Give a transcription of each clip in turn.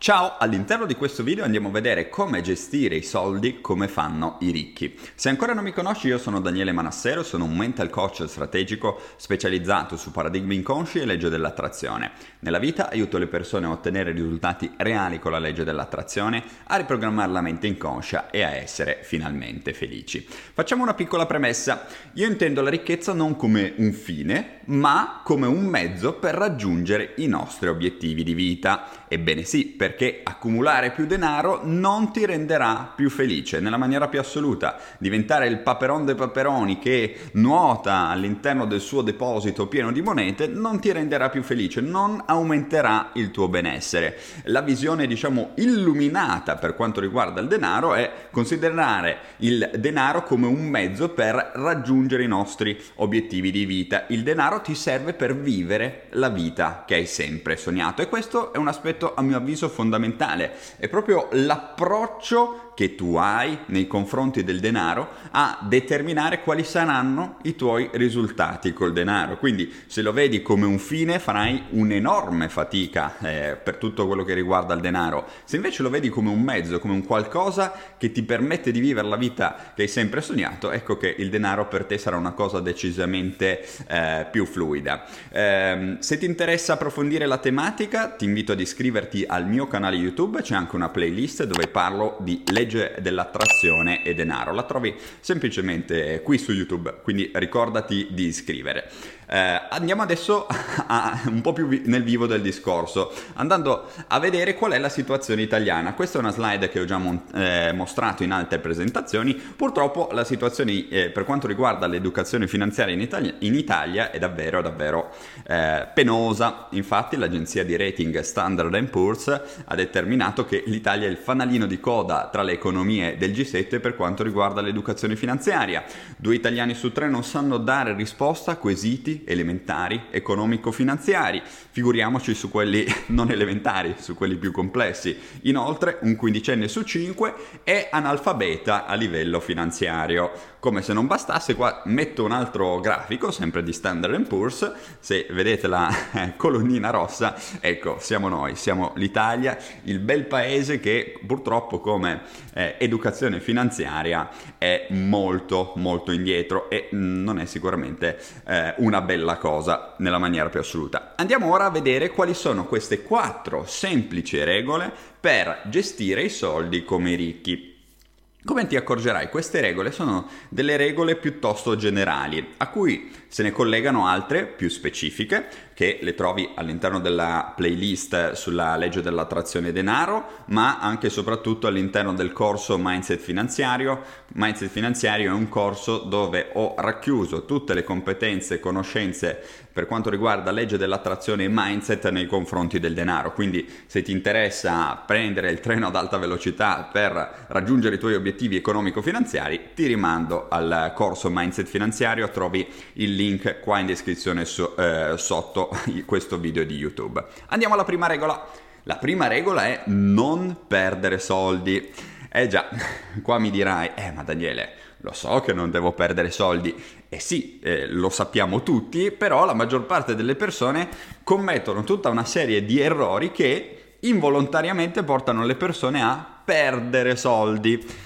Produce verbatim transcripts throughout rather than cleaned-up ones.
Ciao, all'interno di questo video andiamo a vedere come gestire i soldi come fanno i ricchi. Se ancora non mi conosci, io sono Daniele Manassero, sono un mental coach strategico specializzato su paradigmi inconsci e legge dell'attrazione. Nella vita aiuto le persone a ottenere risultati reali con la legge dell'attrazione, a riprogrammare la mente inconscia e a essere finalmente felici. Facciamo una piccola premessa. Io intendo la ricchezza non come un fine, ma come un mezzo per raggiungere i nostri obiettivi di vita. Ebbene sì, perché accumulare più denaro non ti renderà più felice nella maniera più assoluta. Diventare il paperon dei paperoni che nuota all'interno del suo deposito pieno di monete non ti renderà più felice, non aumenterà il tuo benessere. La visione, diciamo, illuminata per quanto riguarda il denaro è considerare il denaro come un mezzo per raggiungere i nostri obiettivi di vita. Il denaro ti serve per vivere la vita che hai sempre sognato e questo è un aspetto a mio avviso fondamentale, è proprio l'approccio che tu hai nei confronti del denaro a determinare quali saranno i tuoi risultati col denaro. Quindi se lo vedi come un fine farai un'enorme fatica eh, per tutto quello che riguarda il denaro. Se invece lo vedi come un mezzo, come un qualcosa che ti permette di vivere la vita che hai sempre sognato, ecco che il denaro per te sarà una cosa decisamente eh, più fluida. Eh, se ti interessa approfondire la tematica, ti invito ad iscriverti al mio canale YouTube, c'è anche una playlist dove parlo di legge dell'attrazione e denaro. La trovi semplicemente qui su YouTube, quindi ricordati di iscrivere. Eh, andiamo adesso a, un po' più vi- nel vivo del discorso, andando a vedere qual è la situazione italiana. Questa è una slide che ho già mon- eh, mostrato in altre presentazioni. Purtroppo la situazione eh, per quanto riguarda l'educazione finanziaria in Italia, in Italia è davvero davvero eh, penosa. Infatti l'agenzia di rating Standard and Poor's ha determinato che l'Italia è il fanalino di coda tra le economie del G sette per quanto riguarda l'educazione finanziaria. Due italiani su tre non sanno dare risposta a quesiti elementari economico-finanziari, figuriamoci su quelli non elementari, su quelli più complessi. Inoltre un quindicenne su cinque è analfabeta a livello finanziario. Come se non bastasse, qua metto un altro grafico sempre di Standard and Poor's. Se vedete la colonnina rossa, ecco, siamo noi, siamo l'Italia, il bel paese che purtroppo come eh, educazione finanziaria è molto molto indietro e non è sicuramente eh, una bella cosa nella maniera più assoluta. Andiamo ora a vedere quali sono queste quattro semplici regole per gestire i soldi come i ricchi. Come ti accorgerai, queste regole sono delle regole piuttosto generali, a cui se ne collegano altre più specifiche, che le trovi all'interno della playlist sulla legge dell'attrazione denaro, ma anche e soprattutto all'interno del corso Mindset Finanziario. Mindset Finanziario è un corso dove ho racchiuso tutte le competenze e conoscenze per quanto riguarda legge dell'attrazione e mindset nei confronti del denaro. Quindi se ti interessa prendere il treno ad alta velocità per raggiungere i tuoi obiettivi economico-finanziari, ti rimando al corso Mindset Finanziario, trovi il link qua in descrizione so, eh, sotto questo video di YouTube. Andiamo alla prima regola. La prima regola è non perdere soldi. Eh già, qua mi dirai, eh ma Daniele, lo so che non devo perdere soldi. Eh sì, eh, lo sappiamo tutti, però la maggior parte delle persone commettono tutta una serie di errori che involontariamente portano le persone a perdere soldi.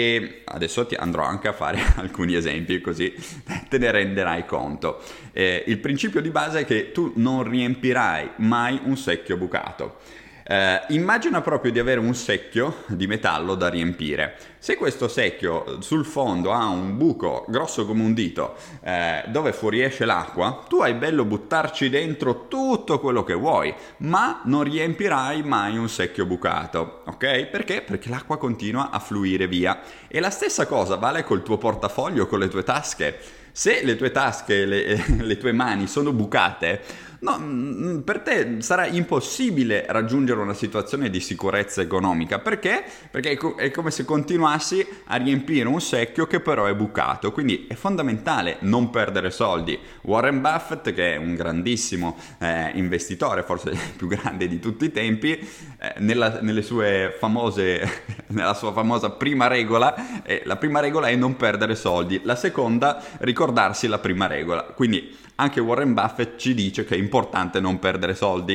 E adesso ti andrò anche a fare alcuni esempi così te ne renderai conto. Eh, il principio di base è che tu non riempirai mai un secchio bucato. Eh, immagina proprio di avere un secchio di metallo da riempire. Se questo secchio sul fondo ha un buco grosso come un dito eh, dove fuoriesce l'acqua, tu hai bello buttarci dentro tutto quello che vuoi, ma non riempirai mai un secchio bucato, ok? Perché? Perché l'acqua continua a fluire via. E la stessa cosa vale col tuo portafoglio, con le tue tasche. Se le tue tasche, le, le tue mani sono bucate, no, per te sarà impossibile raggiungere una situazione di sicurezza economica. Perché? Perché è come se continuassi a riempire un secchio che però è bucato. Quindi è fondamentale non perdere soldi. Warren Buffett, che è un grandissimo eh, investitore, forse il più grande di tutti i tempi, eh, nella, nelle sue famose, nella sua famosa prima regola, eh, la prima regola è non perdere soldi. La seconda, ricordarsi la prima regola. Quindi anche Warren Buffett ci dice che è importante non perdere soldi.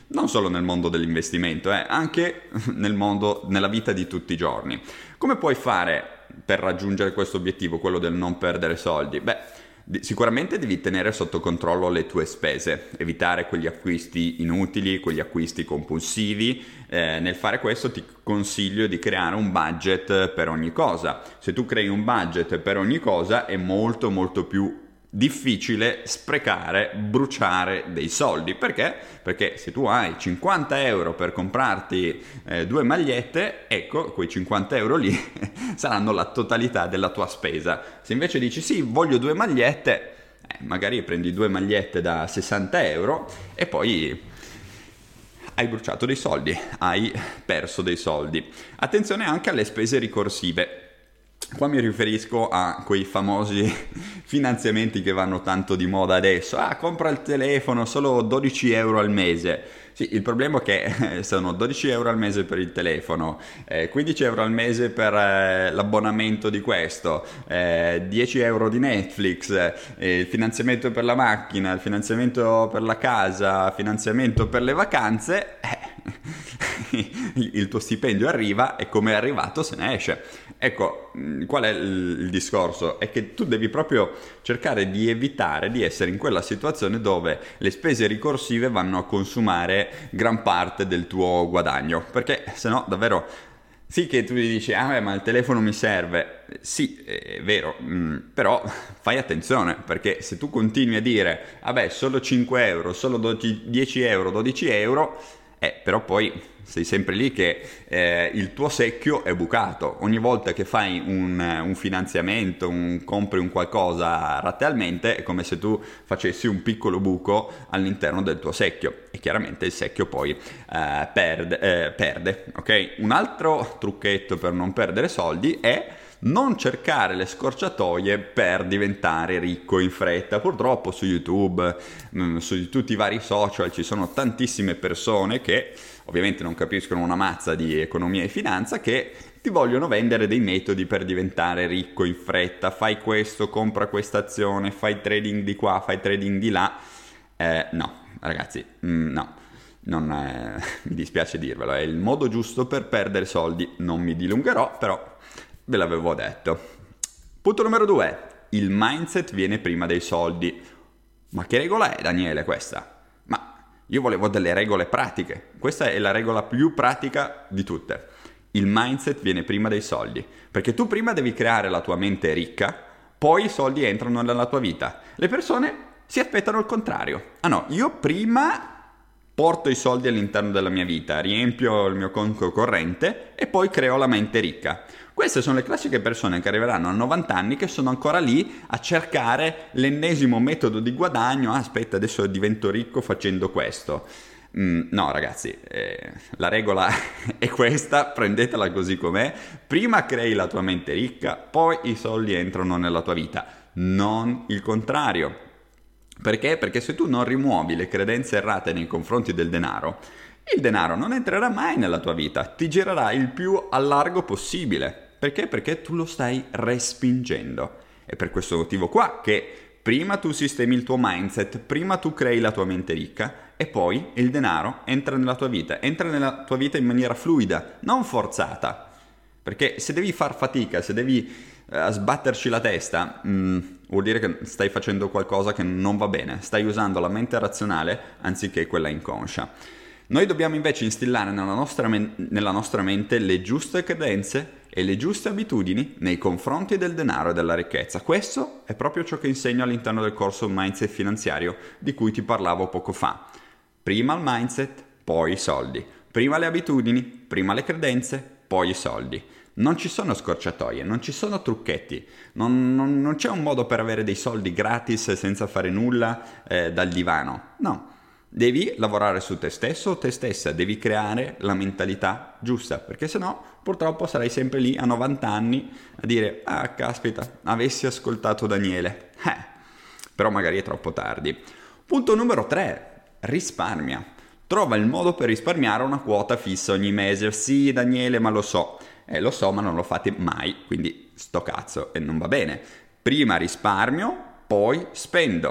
non solo nel mondo dell'investimento, eh, anche nel mondo, nella vita di tutti i giorni. Come puoi fare per raggiungere questo obiettivo, quello del non perdere soldi? Beh, sicuramente devi tenere sotto controllo le tue spese, evitare quegli acquisti inutili, quegli acquisti compulsivi. Eh, nel fare questo ti consiglio di creare un budget per ogni cosa. Se tu crei un budget per ogni cosa è molto molto più difficile sprecare, bruciare dei soldi. Perché? Perché se tu hai cinquanta euro per comprarti eh, due magliette, ecco, quei cinquanta euro lì saranno la totalità della tua spesa. Se invece dici sì, voglio due magliette, eh, magari prendi due magliette da sessanta euro e poi hai bruciato dei soldi, hai perso dei soldi. Attenzione anche alle spese ricorsive. Qua mi riferisco a quei famosi finanziamenti che vanno tanto di moda adesso. Ah, compra il telefono, solo dodici euro al mese. Sì, il problema è che sono dodici euro al mese per il telefono, eh, quindici euro al mese per eh, l'abbonamento di questo, eh, dieci euro di Netflix, eh, il finanziamento per la macchina, il finanziamento per la casa, finanziamento per le vacanze. Eh, il tuo stipendio arriva e come è arrivato se ne esce. Ecco, qual è il discorso? È che tu devi proprio cercare di evitare di essere in quella situazione dove le spese ricorsive vanno a consumare gran parte del tuo guadagno, perché se no davvero sì che tu gli dici ah beh, ma il telefono mi serve, sì è vero, mh, però fai attenzione, perché se tu continui a dire vabbè solo cinque euro, solo dieci euro, dodici euro, eh, però poi sei sempre lì che eh, il tuo secchio è bucato. Ogni volta che fai un, un finanziamento, un, compri un qualcosa ratealmente, è come se tu facessi un piccolo buco all'interno del tuo secchio e chiaramente il secchio poi eh, perde, eh, perde, ok? Un altro trucchetto per non perdere soldi è non cercare le scorciatoie per diventare ricco in fretta. Purtroppo su YouTube, mh, su tutti i vari social ci sono tantissime persone che ovviamente non capiscono una mazza di economia e finanza, che ti vogliono vendere dei metodi per diventare ricco in fretta. Fai questo, compra questa azione, fai trading di qua, fai trading di là. Eh, no, ragazzi, mh, no. Non è, mi dispiace dirvelo, è il modo giusto per perdere soldi. Non mi dilungherò, però ve l'avevo detto. Punto numero due. Il mindset viene prima dei soldi. Ma che regola è, Daniele, questa? Ma io volevo delle regole pratiche. Questa è la regola più pratica di tutte. Il mindset viene prima dei soldi. Perché tu prima devi creare la tua mente ricca, poi i soldi entrano nella tua vita. Le persone si aspettano il contrario. Ah no, io prima porto i soldi all'interno della mia vita, riempio il mio conto corrente e poi creo la mente ricca. Queste sono le classiche persone che arriveranno a novanta anni che sono ancora lì a cercare l'ennesimo metodo di guadagno. Ah, aspetta, adesso divento ricco facendo questo. Mm, no ragazzi, eh, la regola è questa, prendetela così com'è. Prima crei la tua mente ricca, poi i soldi entrano nella tua vita, non il contrario. Perché? Perché se tu non rimuovi le credenze errate nei confronti del denaro, il denaro non entrerà mai nella tua vita, ti girerà il più a largo possibile. Perché? Perché tu lo stai respingendo. È per questo motivo qua che prima tu sistemi il tuo mindset, prima tu crei la tua mente ricca e poi il denaro entra nella tua vita, entra nella tua vita in maniera fluida, non forzata. Perché se devi far fatica, se devi eh, sbatterci la testa, mh, vuol dire che stai facendo qualcosa che non va bene, stai usando la mente razionale anziché quella inconscia. Noi dobbiamo invece instillare nella nostra, men- nella nostra mente le giuste credenze e le giuste abitudini nei confronti del denaro e della ricchezza. Questo è proprio ciò che insegno all'interno del corso Mindset Finanziario di cui ti parlavo poco fa. Prima il mindset, poi i soldi. Prima le abitudini, prima le credenze, poi i soldi. Non ci sono scorciatoie, non ci sono trucchetti, non, non, non c'è un modo per avere dei soldi gratis senza fare nulla eh, dal divano. No. Devi lavorare su te stesso o te stessa, devi creare la mentalità giusta, perché sennò purtroppo sarai sempre lì a novanta anni a dire ah caspita, avessi ascoltato Daniele. Eh, però magari è troppo tardi. Punto numero tre, risparmia. Trova il modo per risparmiare una quota fissa ogni mese. Sì Daniele, ma lo so, eh, lo so ma non lo fate mai, quindi sto cazzo e non va bene. Prima risparmio, poi spendo.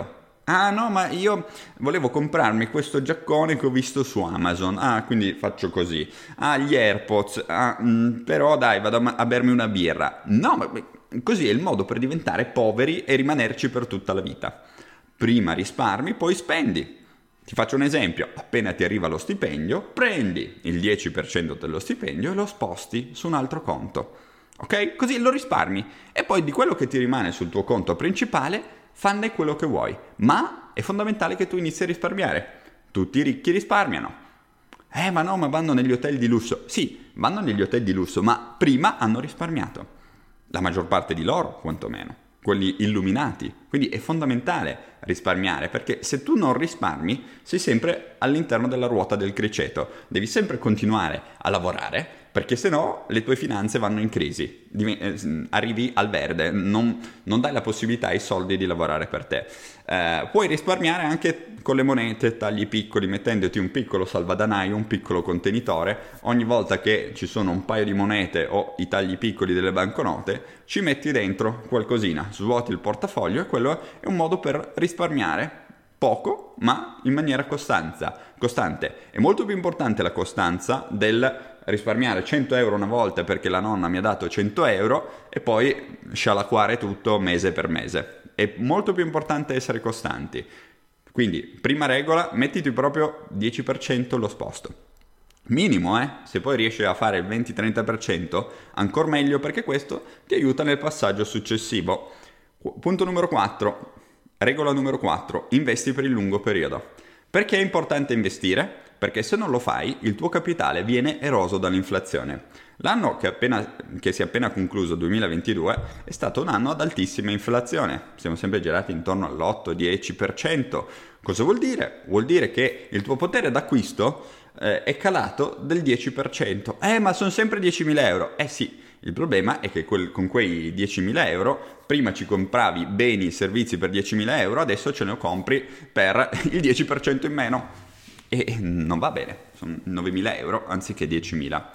Ah no, ma io volevo comprarmi questo giaccone che ho visto su Amazon. Ah, quindi faccio così. Ah, gli AirPods. Ah, mh, però dai, vado a, ma- a bermi una birra. No, ma beh, così è il modo per diventare poveri e rimanerci per tutta la vita. Prima risparmi, poi spendi. Ti faccio un esempio. Appena ti arriva lo stipendio, prendi il dieci per cento dello stipendio e lo sposti su un altro conto. Ok? Così lo risparmi. E poi di quello che ti rimane sul tuo conto principale, fanne quello che vuoi, ma è fondamentale che tu inizi a risparmiare. Tutti i ricchi risparmiano. Eh, ma no, ma vanno negli hotel di lusso. Sì, vanno negli hotel di lusso, ma prima hanno risparmiato. La maggior parte di loro, quantomeno. Quelli illuminati. Quindi è fondamentale risparmiare, perché se tu non risparmi, sei sempre all'interno della ruota del criceto. Devi sempre continuare a lavorare, perché se no le tue finanze vanno in crisi, Div- eh, arrivi al verde, non, non dai la possibilità ai soldi di lavorare per te. Eh, puoi risparmiare anche con le monete, tagli piccoli, mettendoti un piccolo salvadanaio, un piccolo contenitore. Ogni volta che ci sono un paio di monete o i tagli piccoli delle banconote, ci metti dentro qualcosina, svuoti il portafoglio e quello è un modo per risparmiare poco, ma in maniera costanza, costante. È molto più importante la costanza del risparmiare cento euro una volta perché la nonna mi ha dato cento euro e poi scialacquare tutto mese per mese. È molto più importante essere costanti. Quindi, prima regola, mettiti proprio dieci per cento lo sposto. Minimo, eh? Se poi riesci a fare il venti-trenta per cento, ancora meglio, perché questo ti aiuta nel passaggio successivo. Punto numero quattro. Regola numero quattro. Investi per il lungo periodo. Perché è importante investire? Perché se non lo fai, il tuo capitale viene eroso dall'inflazione. L'anno che, appena, che si è appena concluso, duemilaventidue, è stato un anno ad altissima inflazione. Siamo sempre girati intorno all'otto-dieci per cento. Cosa vuol dire? Vuol dire che il tuo potere d'acquisto eh, è calato del dieci per cento. Eh, ma sono sempre diecimila euro. Eh sì, il problema è che quel, con quei diecimila euro prima ci compravi beni e servizi per diecimila euro, adesso ce ne compri per il dieci per cento in meno. E non va bene, sono novemila euro anziché diecimila.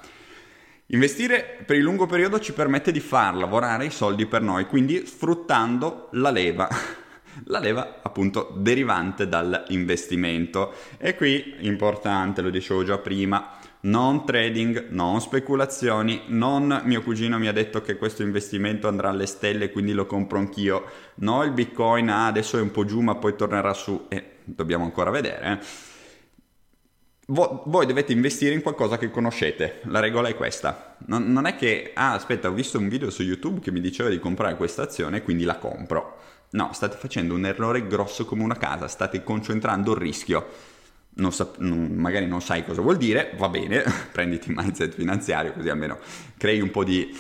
Investire per il lungo periodo ci permette di far lavorare i soldi per noi, quindi sfruttando la leva, la leva appunto derivante dall'investimento. E qui, importante, lo dicevo già prima, non trading, non speculazioni, non mio cugino mi ha detto che questo investimento andrà alle stelle quindi lo compro anch'io, no il bitcoin ah, adesso è un po' giù ma poi tornerà su, e eh, dobbiamo ancora vedere, eh. Voi dovete investire in qualcosa che conoscete, la regola è questa. Non, non è che, ah aspetta, ho visto un video su YouTube che mi diceva di comprare questa azione, quindi la compro. No, state facendo un errore grosso come una casa, state concentrando il rischio. Non sa, non, magari non sai cosa vuol dire, va bene, prenditi mindset finanziario così almeno crei un po' di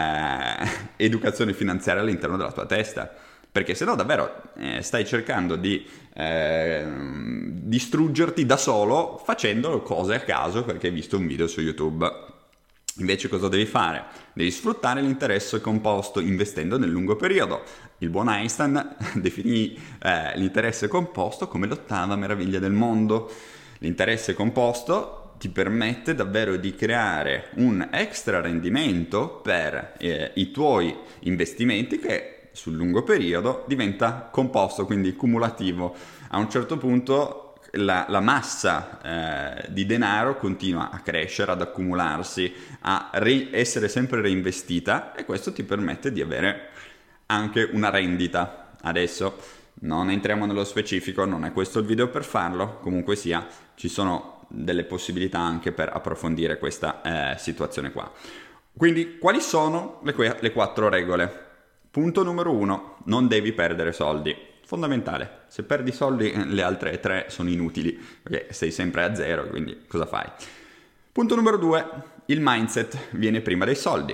eh, educazione finanziaria all'interno della tua testa. Perché se no davvero eh, stai cercando di eh, distruggerti da solo facendo cose a caso perché hai visto un video su YouTube. Invece cosa devi fare? Devi sfruttare l'interesse composto investendo nel lungo periodo. Il buon Einstein definì eh, l'interesse composto come l'ottava meraviglia del mondo. L'interesse composto ti permette davvero di creare un extra rendimento per eh, i tuoi investimenti che sul lungo periodo diventa composto, quindi cumulativo. A un certo punto la, la massa eh, di denaro continua a crescere, ad accumularsi, a re- essere sempre reinvestita e questo ti permette di avere anche una rendita. Adesso non entriamo nello specifico, non è questo il video per farlo, comunque sia ci sono delle possibilità anche per approfondire questa eh, situazione qua. Quindi quali sono le, que- le quattro regole? Punto numero uno, non devi perdere soldi. Fondamentale, se perdi soldi le altre tre sono inutili, perché sei sempre a zero, quindi cosa fai? Punto numero due, il mindset viene prima dei soldi.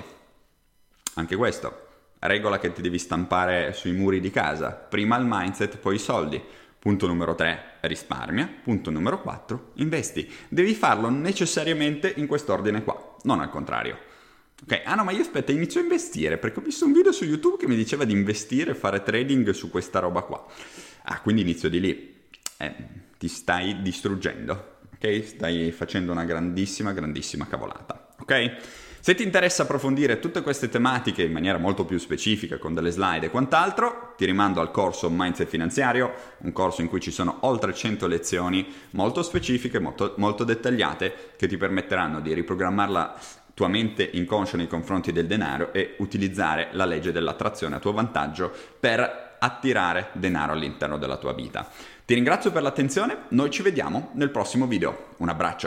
Anche questo, regola che ti devi stampare sui muri di casa, prima il mindset, poi i soldi. Punto numero tre, risparmia. Punto numero quattro, investi. Devi farlo necessariamente in quest'ordine qua, non al contrario. Ok, ah no, ma io aspetta, inizio a investire perché ho visto un video su YouTube che mi diceva di investire e fare trading su questa roba qua. Ah, quindi inizio di lì. Eh, ti stai distruggendo, ok? Stai facendo una grandissima, grandissima cavolata, ok? Se ti interessa approfondire tutte queste tematiche in maniera molto più specifica, con delle slide e quant'altro, ti rimando al corso Mindset Finanziario, un corso in cui ci sono oltre cento lezioni molto specifiche, molto, molto dettagliate, che ti permetteranno di riprogrammare la tua mente inconscia nei confronti del denaro e utilizzare la legge dell'attrazione a tuo vantaggio per attirare denaro all'interno della tua vita. Ti ringrazio per l'attenzione, noi ci vediamo nel prossimo video. Un abbraccio.